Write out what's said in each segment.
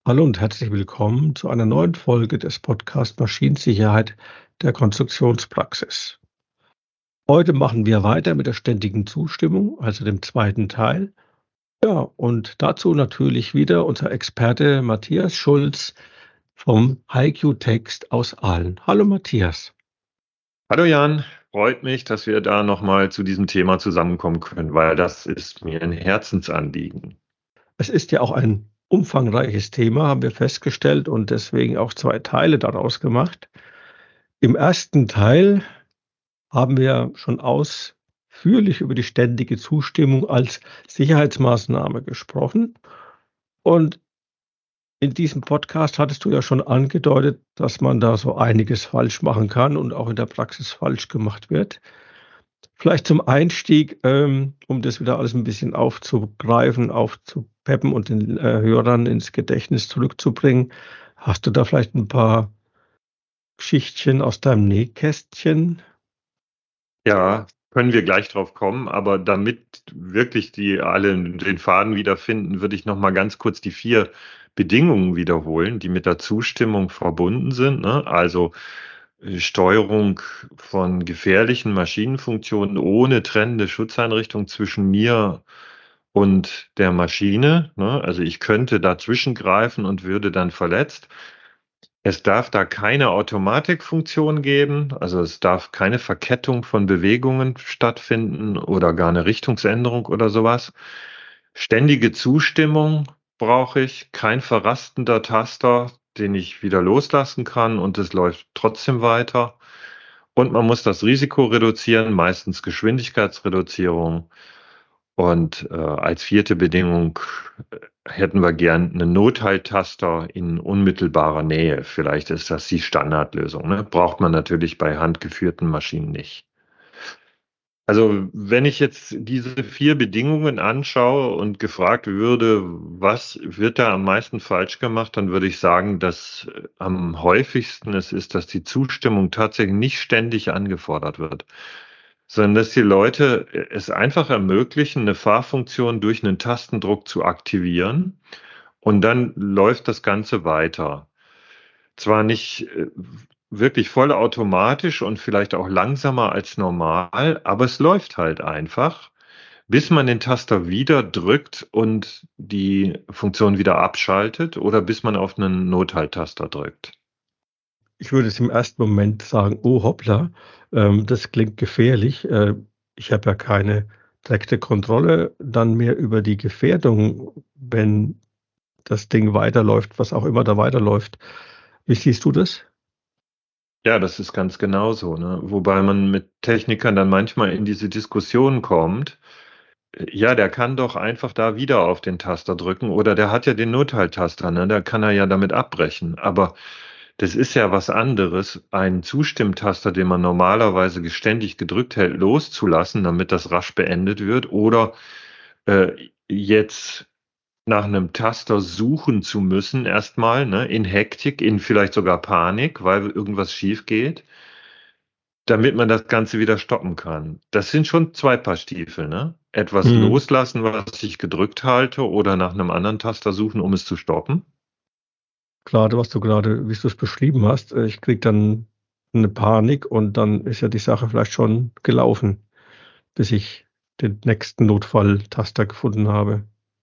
Hallo und herzlich willkommen zu einer neuen Folge des Podcasts Maschinensicherheit der Konstruktionspraxis. Heute machen wir weiter mit der ständigen Zustimmung, also dem zweiten Teil. Ja, und dazu natürlich wieder unser Experte Matthias Schulz vom HiQ-Text aus Aalen. Hallo Matthias. Hallo Jan, freut mich, dass wir da nochmal zu diesem Thema zusammenkommen können, weil das ist mir ein Herzensanliegen. Es ist ja auch ein umfangreiches Thema, haben wir festgestellt und deswegen auch zwei Teile daraus gemacht. Im ersten Teil haben wir schon ausführlich über die ständige Zustimmung als Sicherheitsmaßnahme gesprochen. Und in diesem Podcast hattest du ja schon angedeutet, dass man da so einiges falsch machen kann und auch in der Praxis falsch gemacht wird. Vielleicht zum Einstieg, um das wieder alles ein bisschen aufzugreifen, aufzupeppen und den Hörern ins Gedächtnis zurückzubringen. Hast du da vielleicht ein paar Geschichtchen aus deinem Nähkästchen? Ja, können wir gleich drauf kommen, aber damit wirklich die alle den Faden wiederfinden, würde ich nochmal ganz kurz die 4 Bedingungen wiederholen, die mit der Zustimmung verbunden sind, ne? Also Steuerung von gefährlichen Maschinenfunktionen ohne trennende Schutzeinrichtung zwischen mir und der Maschine, ne? Also ich könnte dazwischen greifen und würde dann verletzt. Es darf da keine Automatikfunktion geben, also es darf keine Verkettung von Bewegungen stattfinden oder gar eine Richtungsänderung oder sowas. Ständige Zustimmung brauche ich, kein verrastender Taster, den ich wieder loslassen kann und es läuft trotzdem weiter. Und man muss das Risiko reduzieren, meistens Geschwindigkeitsreduzierung. Und als 4. Bedingung hätten wir gern einen Nothalttaster in unmittelbarer Nähe. Vielleicht ist das die Standardlösung, ne? Braucht man natürlich bei handgeführten Maschinen nicht. Also wenn ich jetzt diese 4 Bedingungen anschaue und gefragt würde, was wird da am meisten falsch gemacht, dann würde ich sagen, dass am häufigsten es ist, dass die Zustimmung tatsächlich nicht ständig angefordert wird, sondern dass die Leute es einfach ermöglichen, eine Fahrfunktion durch einen Tastendruck zu aktivieren und dann läuft das Ganze weiter. Zwar nicht wirklich vollautomatisch und vielleicht auch langsamer als normal, aber es läuft halt einfach, bis man den Taster wieder drückt und die Funktion wieder abschaltet oder bis man auf einen Nothalttaster drückt. Ich würde es im ersten Moment sagen: „Oh hoppla, das klingt gefährlich. Ich habe ja keine direkte Kontrolle dann mehr über die Gefährdung, wenn das Ding weiterläuft, was auch immer da weiterläuft.“ Wie siehst du das? Ja, das ist ganz genauso, ne? Wobei man mit Technikern dann manchmal in diese Diskussion kommt. Ja, der kann doch einfach da wieder auf den Taster drücken oder der hat ja den Notfalltaster, ne? Da kann er ja damit abbrechen. Aber das ist ja was anderes, einen Zustimmtaster, den man normalerweise ständig gedrückt hält, loszulassen, damit das rasch beendet wird, oder äh, jetzt nach einem Taster suchen zu müssen, erstmal, ne, in Hektik, in vielleicht sogar Panik, weil irgendwas schief geht, damit man das Ganze wieder stoppen kann. Das sind schon 2 Paar Stiefel, ne? Etwas Mhm. loslassen, was ich gedrückt halte, oder nach einem anderen Taster suchen, um es zu stoppen. Grade was du gerade, wie du's beschrieben hast, ich kriege dann eine Panik und dann ist ja die Sache vielleicht schon gelaufen, bis ich den nächsten Notfalltaster gefunden habe.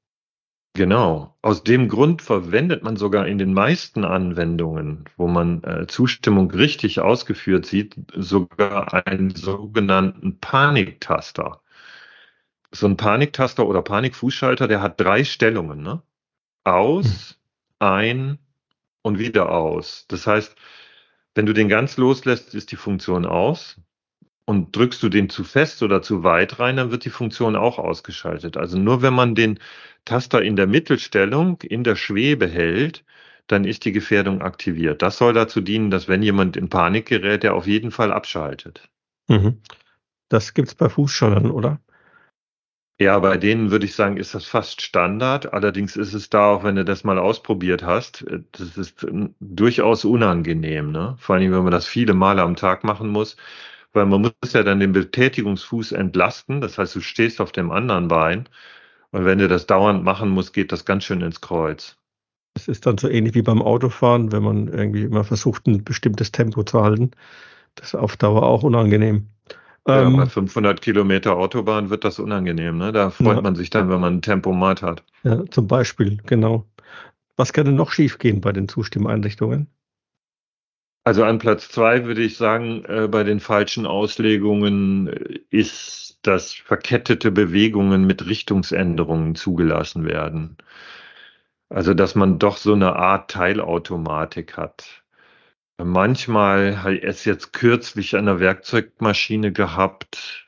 Genau. Aus dem Grund verwendet man sogar in den meisten Anwendungen, wo man Zustimmung richtig ausgeführt sieht, sogar einen sogenannten Paniktaster. So ein Paniktaster oder Panikfußschalter, der hat 3 Stellungen, ne? Mhm. Aus, ein und wieder aus. Das heißt, wenn du den ganz loslässt, ist die Funktion aus. Und drückst du den zu fest oder zu weit rein, dann wird die Funktion auch ausgeschaltet. Also nur wenn man den Taster in der Mittelstellung, in der Schwebe hält, dann ist die Gefährdung aktiviert. Das soll dazu dienen, dass wenn jemand in Panik gerät, der auf jeden Fall abschaltet. Mhm. Das gibt's bei Fußschallern, oder? Ja, bei denen würde ich sagen, ist das fast Standard. Allerdings ist es da, auch wenn du das mal ausprobiert hast, das ist durchaus unangenehm, ne? Vor allem, wenn man das viele Male am Tag machen muss, weil man muss ja dann den Betätigungsfuß entlasten. Das heißt, du stehst auf dem anderen Bein und wenn du das dauernd machen musst, geht das ganz schön ins Kreuz. Das ist dann so ähnlich wie beim Autofahren, wenn man irgendwie immer versucht, ein bestimmtes Tempo zu halten. Das ist auf Dauer auch unangenehm. Ja, bei Ähm, 500 Kilometer Autobahn wird das unangenehm, ne? Da freut ja, man sich dann, wenn man ein Tempomat hat. ja, zum Beispiel, genau. Was kann denn noch schiefgehen bei den Zustimmeinrichtungen? Also an Platz 2 würde ich sagen, bei den falschen Auslegungen ist, dass verkettete Bewegungen mit Richtungsänderungen zugelassen werden. Also, dass man doch so eine Art Teilautomatik hat. Manchmal habe ich es jetzt kürzlich an der Werkzeugmaschine gehabt,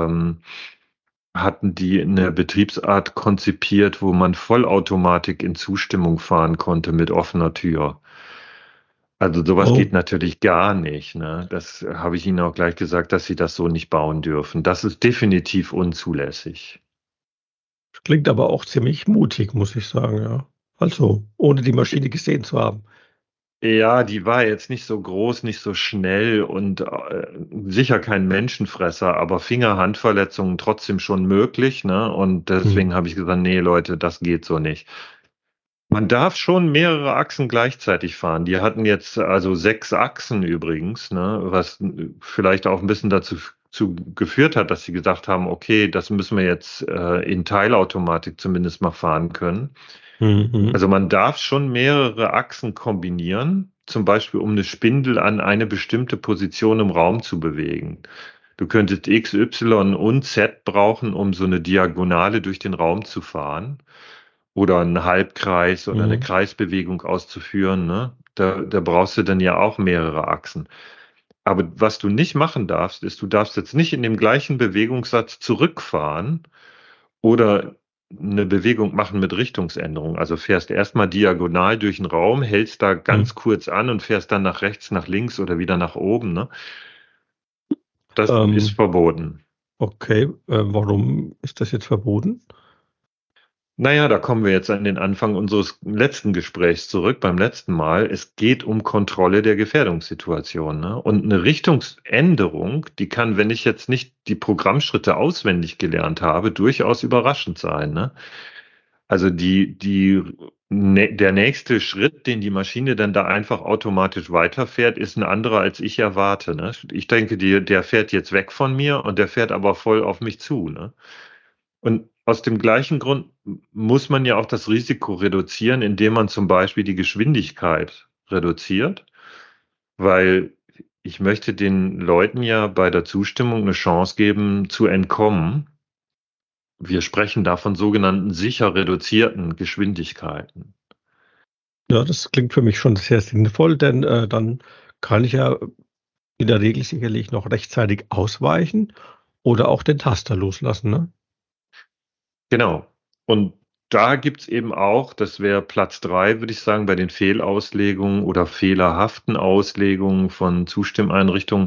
hatten die eine Betriebsart konzipiert, wo man Vollautomatik in Zustimmung fahren konnte mit offener Tür. Also sowas Oh, geht natürlich gar nicht, ne? Das habe ich Ihnen auch gleich gesagt, dass Sie das so nicht bauen dürfen. Das ist definitiv unzulässig. klingt aber auch ziemlich mutig, muss ich sagen, ja. Also, ohne die Maschine gesehen zu haben. Ja, die war jetzt nicht so groß, nicht so schnell und sicher kein Menschenfresser, aber Finger-Hand-Verletzungen trotzdem schon möglich, ne? Und Hm. deswegen habe ich gesagt, nee, Leute, das geht so nicht. Man darf schon mehrere Achsen gleichzeitig fahren. Die hatten jetzt also 6 Achsen übrigens, ne? Was vielleicht auch ein bisschen dazu geführt hat, dass sie gesagt haben, okay, das müssen wir jetzt in Teilautomatik zumindest mal fahren können. Mhm. Also man darf schon mehrere Achsen kombinieren, zum Beispiel um eine Spindel an eine bestimmte Position im Raum zu bewegen. Du könntest X, Y und Z brauchen, um so eine Diagonale durch den Raum zu fahren oder einen Halbkreis oder eine Mhm. Kreisbewegung auszuführen. Ne? Da brauchst du dann ja auch mehrere Achsen. Aber was du nicht machen darfst, ist, du darfst jetzt nicht in dem gleichen Bewegungssatz zurückfahren oder eine Bewegung machen mit Richtungsänderung. Also fährst erstmal diagonal durch den Raum, hältst da Mhm. ganz kurz an und fährst dann nach rechts, nach links oder wieder nach oben. Ne? Das ist Ähm, verboten. okay, warum ist das jetzt verboten? Naja, da kommen wir jetzt an den Anfang unseres letzten Gesprächs zurück, beim letzten Mal. Es geht um Kontrolle der Gefährdungssituation. Ne? Und eine Richtungsänderung, die kann, wenn ich jetzt nicht die Programmschritte auswendig gelernt habe, durchaus überraschend sein. Ne? Also der nächste Schritt, den die Maschine dann da einfach automatisch weiterfährt, ist ein anderer, als ich erwarte. Ne? Ich denke, der fährt jetzt weg von mir und der fährt aber voll auf mich zu. Ne? Und aus dem gleichen Grund muss man ja auch das Risiko reduzieren, indem man zum Beispiel die Geschwindigkeit reduziert, weil ich möchte den Leuten ja bei der Zustimmung eine Chance geben, zu entkommen. Wir sprechen da von sogenannten sicher reduzierten Geschwindigkeiten. Ja, das klingt für mich schon sehr sinnvoll, denn dann kann ich ja in der Regel sicherlich noch rechtzeitig ausweichen oder auch den Taster loslassen, ne? Genau. Und da gibt's eben auch, das wäre Platz 3, würde ich sagen, bei den Fehlauslegungen oder fehlerhaften Auslegungen von Zustimmeinrichtungen.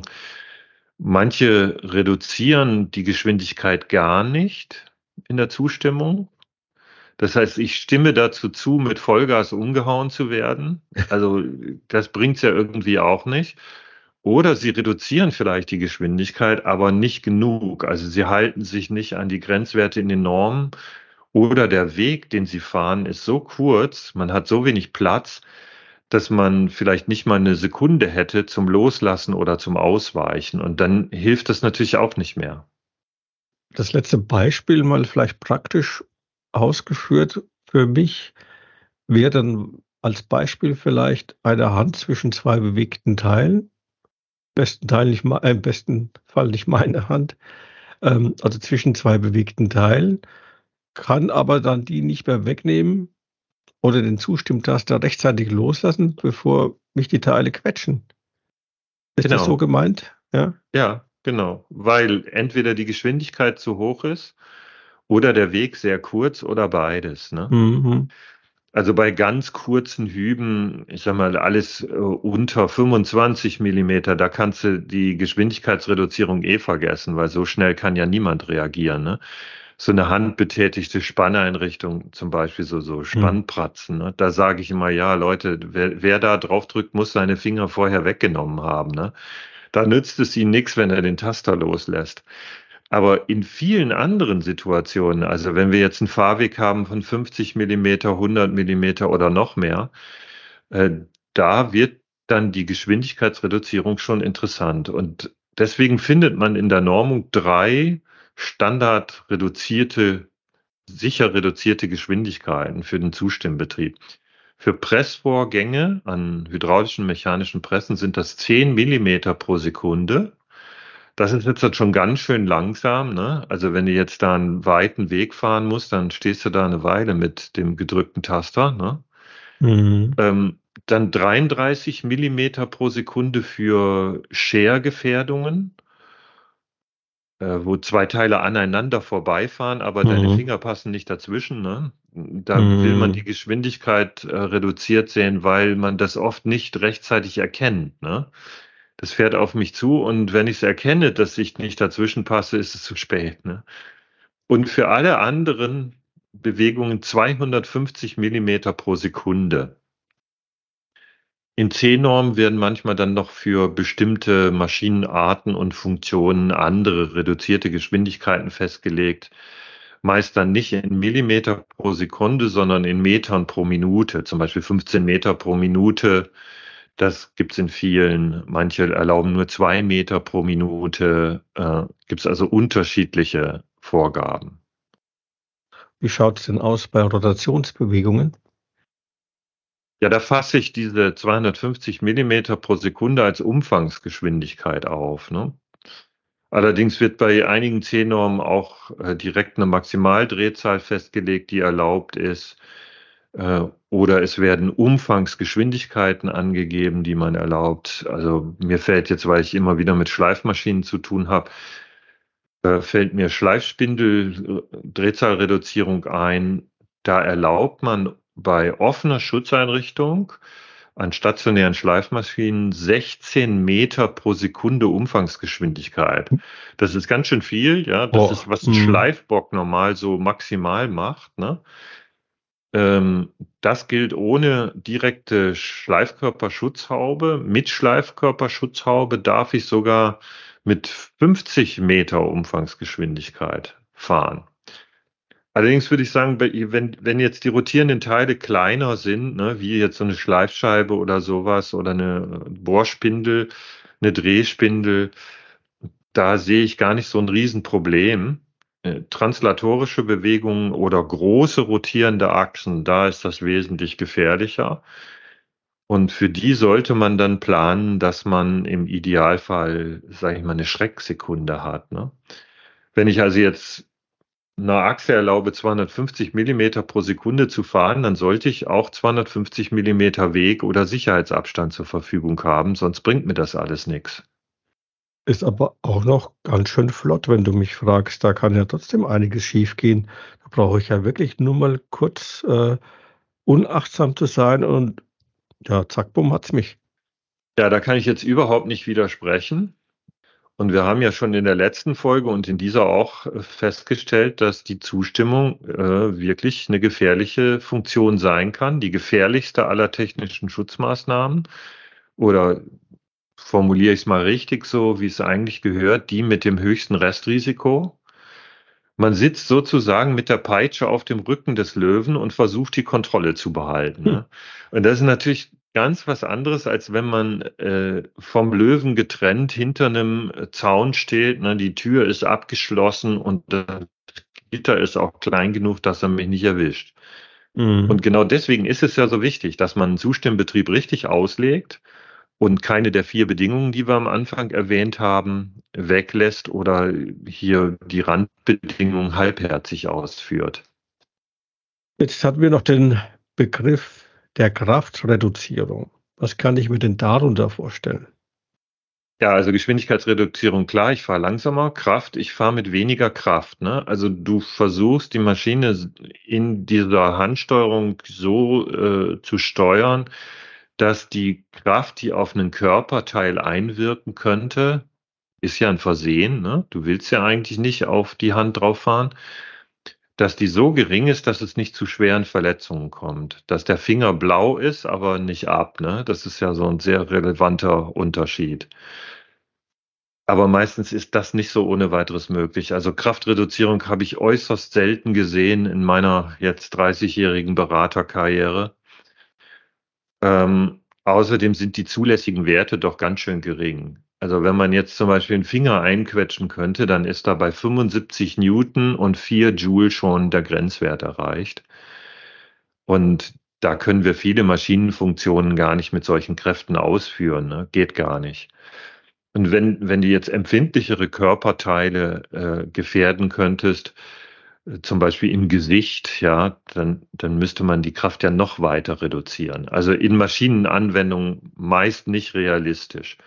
Manche reduzieren die Geschwindigkeit gar nicht in der Zustimmung. Das heißt, ich stimme dazu zu, mit Vollgas umgehauen zu werden. Also das bringt's ja irgendwie auch nicht. Oder sie reduzieren vielleicht die Geschwindigkeit, aber nicht genug. Also sie halten sich nicht an die Grenzwerte in den Normen. Oder der Weg, den sie fahren, ist so kurz, man hat so wenig Platz, dass man vielleicht nicht mal eine Sekunde hätte zum Loslassen oder zum Ausweichen. Und dann hilft das natürlich auch nicht mehr. Das letzte Beispiel mal vielleicht praktisch ausgeführt für mich wäre dann als Beispiel vielleicht eine Hand zwischen 2 bewegten Teilen. Im besten Fall nicht meine Hand, also zwischen 2 bewegten Teilen, kann aber dann die nicht mehr wegnehmen oder den Zustimmtaster rechtzeitig loslassen, bevor mich die Teile quetschen. Ist das so Genau. gemeint? Ja? Ja, genau. Weil entweder die Geschwindigkeit zu hoch ist oder der Weg sehr kurz oder beides, ne? Mhm. Also bei ganz kurzen Hüben, ich sag mal, alles unter 25 Millimeter, da kannst du die Geschwindigkeitsreduzierung eh vergessen, weil so schnell kann ja niemand reagieren, ne? So eine handbetätigte Spanneinrichtung, zum Beispiel so Mhm. Spannpratzen, ne? Da sage ich immer, ja, Leute, wer da drauf drückt, muss seine Finger vorher weggenommen haben, ne? Da nützt es ihm nichts, wenn er den Taster loslässt. Aber in vielen anderen Situationen, also wenn wir jetzt einen Fahrweg haben von 50 Millimeter, 100 Millimeter oder noch mehr, äh, da wird dann die Geschwindigkeitsreduzierung schon interessant. Und deswegen findet man in der Normung 3 standardreduzierte, sicher reduzierte Geschwindigkeiten für den Zustimmbetrieb. Für Pressvorgänge an hydraulischen, mechanischen Pressen sind das 10 Millimeter pro Sekunde. Das ist jetzt halt schon ganz schön langsam, ne? Also wenn du jetzt da einen weiten Weg fahren musst, dann stehst du da eine Weile mit dem gedrückten Taster, ne? Mhm. Dann 33 Millimeter pro Sekunde für Schergefährdungen, wo 2 Teile aneinander vorbeifahren, aber deine Mhm. Finger passen nicht dazwischen, ne? Da will man die Mhm. Geschwindigkeit reduziert sehen, weil man das oft nicht rechtzeitig erkennt, ne? Das fährt auf mich zu und wenn ich es erkenne, dass ich nicht dazwischen passe, ist es zu spät, ne? Und für alle anderen Bewegungen 250 Millimeter pro Sekunde. In C-Norm werden manchmal dann noch für bestimmte Maschinenarten und Funktionen andere reduzierte Geschwindigkeiten festgelegt. Meist dann nicht in Millimeter pro Sekunde, sondern in Metern pro Minute, zum Beispiel 15 Meter pro Minute. Das gibt's in vielen. Manche erlauben nur 2 Meter pro Minute. Gibt's also unterschiedliche Vorgaben. Wie schaut es denn aus bei Rotationsbewegungen? Ja, da fasse ich diese 250 Millimeter pro Sekunde als Umfangsgeschwindigkeit auf, ne? Allerdings wird bei einigen C-Normen auch direkt eine Maximaldrehzahl festgelegt, die erlaubt ist. Oder es werden Umfangsgeschwindigkeiten angegeben, die man erlaubt. Also mir fällt jetzt, weil ich immer wieder mit Schleifmaschinen zu tun habe, fällt mir Schleifspindel-Drehzahlreduzierung ein. Da erlaubt man bei offener Schutzeinrichtung an stationären Schleifmaschinen 16 Meter pro Sekunde Umfangsgeschwindigkeit. Das ist ganz schön viel, ja. Das ist, Boah. was ein Mhm. Schleifbock normal so maximal macht, ne? Das gilt ohne direkte Schleifkörperschutzhaube. Mit Schleifkörperschutzhaube darf ich sogar mit 50 Meter Umfangsgeschwindigkeit fahren. Allerdings würde ich sagen, wenn jetzt die rotierenden Teile kleiner sind, ne, wie jetzt so eine Schleifscheibe oder sowas oder eine Bohrspindel, eine Drehspindel, da sehe ich gar nicht so ein Riesenproblem. Translatorische Bewegungen oder große rotierende Achsen, da ist das wesentlich gefährlicher. Und für die sollte man dann planen, dass man im Idealfall, sage ich mal, eine Schrecksekunde hat, ne? Wenn ich also jetzt einer Achse erlaube, 250 Millimeter pro Sekunde zu fahren, dann sollte ich auch 250 Millimeter Weg oder Sicherheitsabstand zur Verfügung haben, sonst bringt mir das alles nichts. Ist aber auch noch ganz schön flott, wenn du mich fragst. Da kann ja trotzdem einiges schiefgehen. Da brauche ich ja wirklich nur mal kurz, unachtsam zu sein und ja, zack, bumm, hat's mich. Ja, da kann ich jetzt überhaupt nicht widersprechen. Und wir haben ja schon in der letzten Folge und in dieser auch festgestellt, dass die Zustimmung wirklich eine gefährliche Funktion sein kann, die gefährlichste aller technischen Schutzmaßnahmen. Oder formuliere ich es mal richtig, so wie es eigentlich gehört, die mit dem höchsten Restrisiko. Man sitzt sozusagen mit der Peitsche auf dem Rücken des Löwen und versucht, die Kontrolle zu behalten, Hm. ne? Und das ist natürlich ganz was anderes, als wenn man vom Löwen getrennt hinter einem Zaun steht, ne? Die Tür ist abgeschlossen und das Gitter ist auch klein genug, dass er mich nicht erwischt. Und Mhm. genau deswegen ist es ja so wichtig, dass man einen Zustimmbetrieb richtig auslegt und keine der 4 Bedingungen, die wir am Anfang erwähnt haben, weglässt oder hier die Randbedingungen halbherzig ausführt. Jetzt hatten wir noch den Begriff der Kraftreduzierung. Was kann ich mir denn darunter vorstellen? Ja, also Geschwindigkeitsreduzierung, klar, ich fahre langsamer. Kraft, ich fahre mit weniger Kraft, ne? Also du versuchst die Maschine in dieser Handsteuerung so zu steuern, dass die Kraft, die auf einen Körperteil einwirken könnte, ist ja ein Versehen, ne? Du willst ja eigentlich nicht auf die Hand drauf fahren, dass die so gering ist, dass es nicht zu schweren Verletzungen kommt. Dass der Finger blau ist, aber nicht ab, ne? Das ist ja so ein sehr relevanter Unterschied. Aber meistens ist das nicht so ohne weiteres möglich. Also Kraftreduzierung habe ich äußerst selten gesehen in meiner jetzt 30-jährigen Beraterkarriere. Außerdem sind die zulässigen Werte doch ganz schön gering. Also wenn man jetzt zum Beispiel einen Finger einquetschen könnte, dann ist da bei 75 Newton und 4 Joule schon der Grenzwert erreicht. Und da können wir viele Maschinenfunktionen gar nicht mit solchen Kräften ausführen, ne? Geht gar nicht. Und wenn du jetzt empfindlichere Körperteile gefährden könntest, zum Beispiel im Gesicht, ja, dann müsste man die Kraft ja noch weiter reduzieren. Also in Maschinenanwendungen meist nicht realistisch.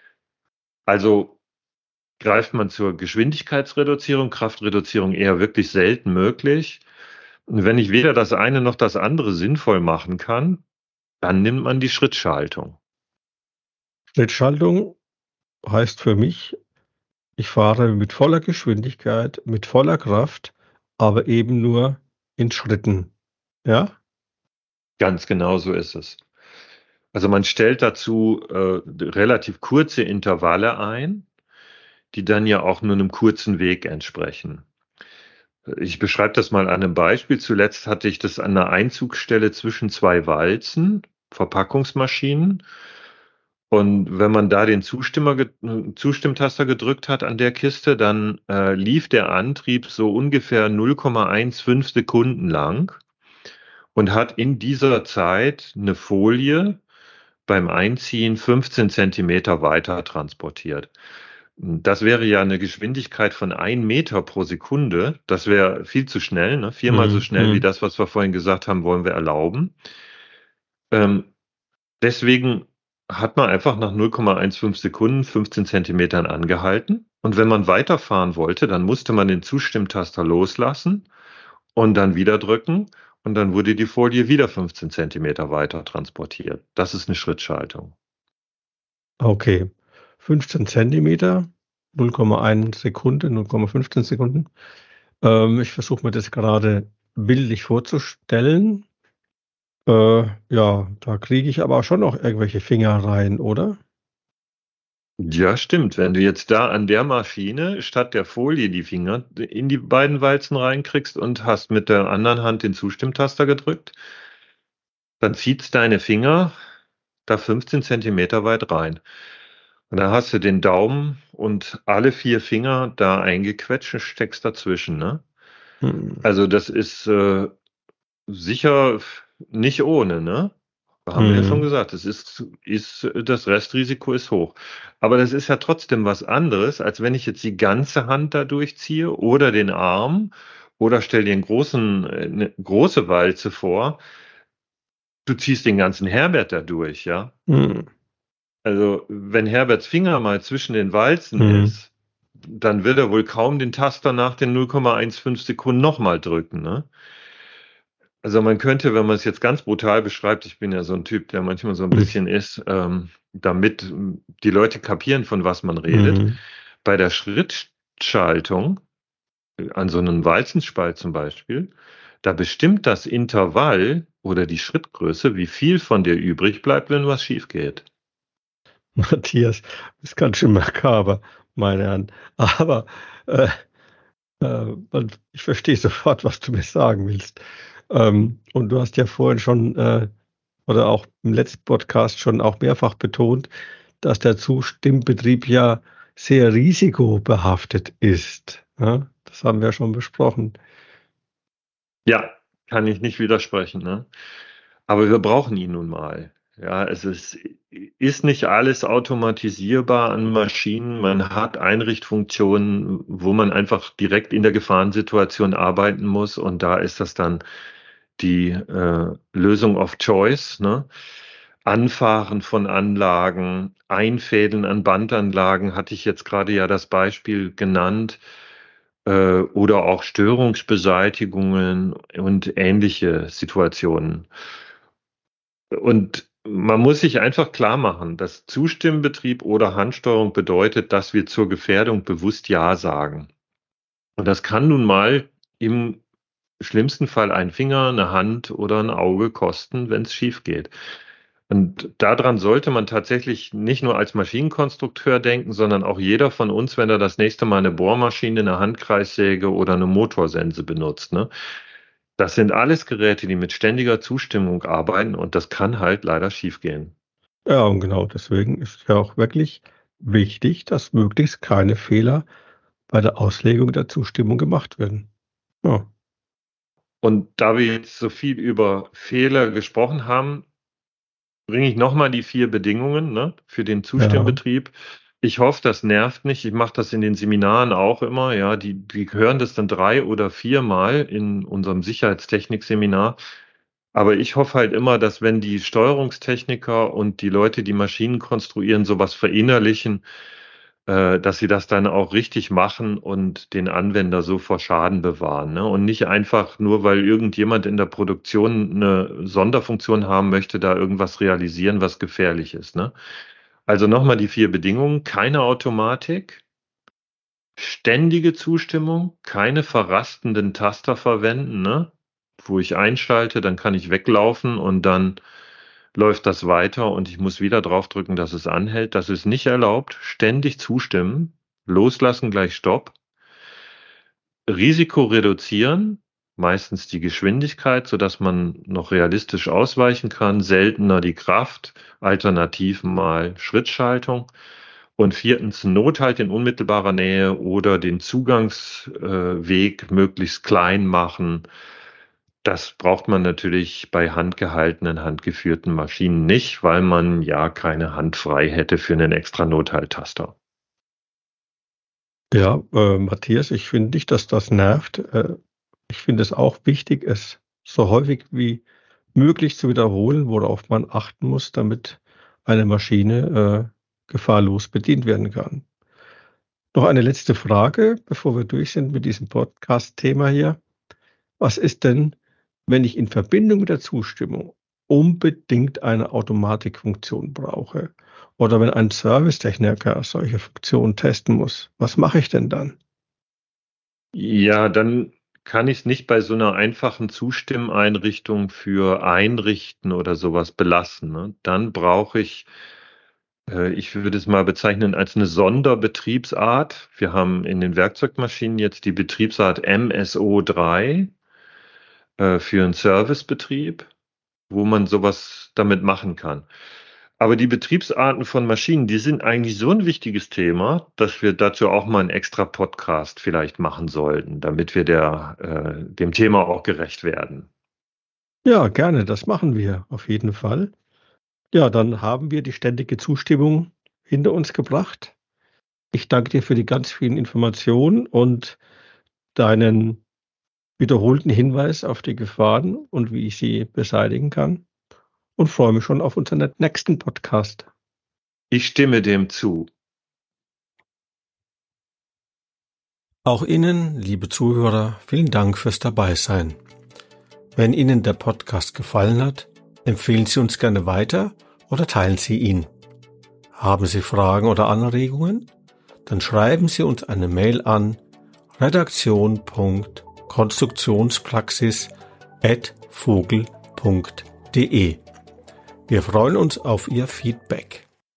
Also greift man zur Geschwindigkeitsreduzierung, Kraftreduzierung eher wirklich selten möglich. Und wenn ich weder das eine noch das andere sinnvoll machen kann, dann nimmt man die Schrittschaltung. Schrittschaltung heißt für mich, ich fahre mit voller Geschwindigkeit, mit voller Kraft, aber eben nur in Schritten. Ja? Ganz genau so ist es. Also man stellt dazu relativ kurze Intervalle ein, die dann ja auch nur einem kurzen Weg entsprechen. Ich beschreibe das mal an einem Beispiel. Zuletzt hatte ich das an einer Einzugsstelle zwischen zwei Walzen, Verpackungsmaschinen. Und wenn man da den Zustimmtaster gedrückt hat an der Kiste, dann lief der Antrieb so ungefähr 0,15 Sekunden lang und hat in dieser Zeit eine Folie beim Einziehen 15 Zentimeter weiter transportiert. Das wäre ja eine Geschwindigkeit von 1 Meter pro Sekunde. Das wäre viel zu schnell, ne? Viermal so schnell wie Mhm. das, was wir vorhin gesagt haben, wollen wir erlauben. Ähm, Deswegen hat man einfach nach 0,15 Sekunden 15 Zentimetern angehalten. Und wenn man weiterfahren wollte, dann musste man den Zustimmtaster loslassen und dann wieder drücken. Und dann wurde die Folie wieder 15 Zentimeter weiter transportiert. Das ist eine Schrittschaltung. Okay. 15 Zentimeter, 0,1 Sekunde, 0,15 Sekunden. Ich versuche mir das gerade bildlich vorzustellen. Ja, da kriege ich aber schon noch irgendwelche Finger rein, oder? Ja, stimmt. Wenn du jetzt da an der Maschine statt der Folie die Finger in die beiden Walzen reinkriegst und hast mit der anderen Hand den Zustimmtaster gedrückt, dann zieht's deine Finger da 15 Zentimeter weit rein. Und dann hast du den Daumen und alle 4 Finger da eingequetscht und steckst dazwischen, ne? Mhm. Also das ist sicher nicht ohne, ne? Haben wir ja schon Mhm. gesagt, das Restrisiko ist hoch. Aber das ist ja trotzdem was anderes, als wenn ich jetzt die ganze Hand da durchziehe oder den Arm oder stell dir eine große Walze vor. Du ziehst den ganzen Herbert da durch, ja? Mhm. Also, wenn Herberts Finger mal zwischen den Walzen Mhm. ist, dann wird er wohl kaum den Taster nach den 0,15 Sekunden nochmal drücken, ne? Also man könnte, wenn man es jetzt ganz brutal beschreibt, ich bin ja so ein Typ, der manchmal so ein Mhm. bisschen ist, damit die Leute kapieren, von was man redet. Mhm. Bei der Schrittschaltung, an so einem Walzenspalt zum Beispiel, da bestimmt das Intervall oder die Schrittgröße, wie viel von dir übrig bleibt, wenn was schief geht. Matthias, ist ganz schön makaber, meine Herren. Aber äh, ich verstehe sofort, was du mir sagen willst. Und du hast ja vorhin schon oder auch im letzten Podcast schon auch mehrfach betont, dass der Zustimmbetrieb ja sehr risikobehaftet ist. Ja, das haben wir schon besprochen. Ja, kann ich nicht widersprechen, ne? Aber wir brauchen ihn nun mal. Ja, ist nicht alles automatisierbar an Maschinen. Man hat Einrichtfunktionen, wo man einfach direkt in der Gefahrensituation arbeiten muss. Und da ist das dann die Lösung of Choice, ne? Anfahren von Anlagen, Einfädeln an Bandanlagen, hatte ich jetzt gerade ja das Beispiel genannt, oder auch Störungsbeseitigungen und ähnliche Situationen. Und man muss sich einfach klar machen, dass Zustimmbetrieb oder Handsteuerung bedeutet, dass wir zur Gefährdung bewusst Ja sagen. Und das kann nun mal im schlimmsten Fall ein Finger, eine Hand oder ein Auge kosten, wenn es schief geht. Und daran sollte man tatsächlich nicht nur als Maschinenkonstrukteur denken, sondern auch jeder von uns, wenn er das nächste Mal eine Bohrmaschine, eine Handkreissäge oder eine Motorsense benutzt, ne? Das sind alles Geräte, die mit ständiger Zustimmung arbeiten und das kann halt leider schiefgehen. Ja, und genau deswegen ist ja auch wirklich wichtig, dass möglichst keine Fehler bei der Auslegung der Zustimmung gemacht werden. Ja, Und da wir jetzt so viel über Fehler gesprochen haben, bringe ich nochmal die 4 Bedingungen, ne, für den ja, Zustimmbetrieb. Ich hoffe, das nervt nicht. Ich mache das in den Seminaren auch immer. Ja, die hören das dann 3 oder 4 Mal in unserem Sicherheitstechnik-Seminar. Aber ich hoffe halt immer, dass wenn die Steuerungstechniker und die Leute, die Maschinen konstruieren, sowas verinnerlichen, dass sie das dann auch richtig machen und den Anwender so vor Schaden bewahren, ne? Und nicht einfach nur, weil irgendjemand in der Produktion eine Sonderfunktion haben möchte, da irgendwas realisieren, was gefährlich ist, ne? Also nochmal die 4 Bedingungen: keine Automatik, ständige Zustimmung, keine verrastenden Taster verwenden, ne? Wo ich einschalte, dann kann ich weglaufen und dann läuft das weiter und ich muss wieder draufdrücken, dass es anhält. Das ist nicht erlaubt. Ständig zustimmen, loslassen gleich Stopp. Risiko reduzieren, meistens die Geschwindigkeit, sodass man noch realistisch ausweichen kann, seltener die Kraft, alternativ mal Schrittschaltung. Und 4. Not halt in unmittelbarer Nähe oder den Zugangsweg möglichst klein machen. Das braucht man natürlich bei handgehaltenen, handgeführten Maschinen nicht, weil man ja keine Hand frei hätte für einen extra Nothalttaster. ja, Matthias, ich finde nicht, dass das nervt. Ich finde es auch wichtig, es so häufig wie möglich zu wiederholen, worauf man achten muss, damit eine Maschine gefahrlos bedient werden kann. Noch eine letzte Frage, bevor wir durch sind mit diesem Podcast-Thema hier. Was ist denn, wenn ich in Verbindung mit der Zustimmung unbedingt eine Automatikfunktion brauche oder wenn ein Servicetechniker solche Funktionen testen muss? Was mache ich denn dann? Ja, dann kann ich es nicht bei so einer einfachen Zustimmeinrichtung für Einrichten oder sowas belassen, ne? Dann brauche ich würde es mal bezeichnen als eine Sonderbetriebsart. Wir haben in den Werkzeugmaschinen jetzt die Betriebsart MSO3 für einen Servicebetrieb, wo man sowas damit machen kann. Aber die Betriebsarten von Maschinen, die sind eigentlich so ein wichtiges Thema, dass wir dazu auch mal einen extra Podcast vielleicht machen sollten, damit wir dem Thema auch gerecht werden. Ja, gerne, das machen wir auf jeden Fall. Ja, dann haben wir die ständige Zustimmung hinter uns gebracht. Ich danke dir für die ganz vielen Informationen und deinen wiederholten Hinweis auf die Gefahren und wie ich sie beseitigen kann und freue mich schon auf unseren nächsten Podcast. Ich stimme dem zu. Auch Ihnen, liebe Zuhörer, vielen Dank fürs Dabeisein. Wenn Ihnen der Podcast gefallen hat, empfehlen Sie uns gerne weiter oder teilen Sie ihn. Haben Sie Fragen oder Anregungen? Dann schreiben Sie uns eine Mail an redaktion.konstruktionspraxis@vogel.de. Wir freuen uns auf Ihr Feedback.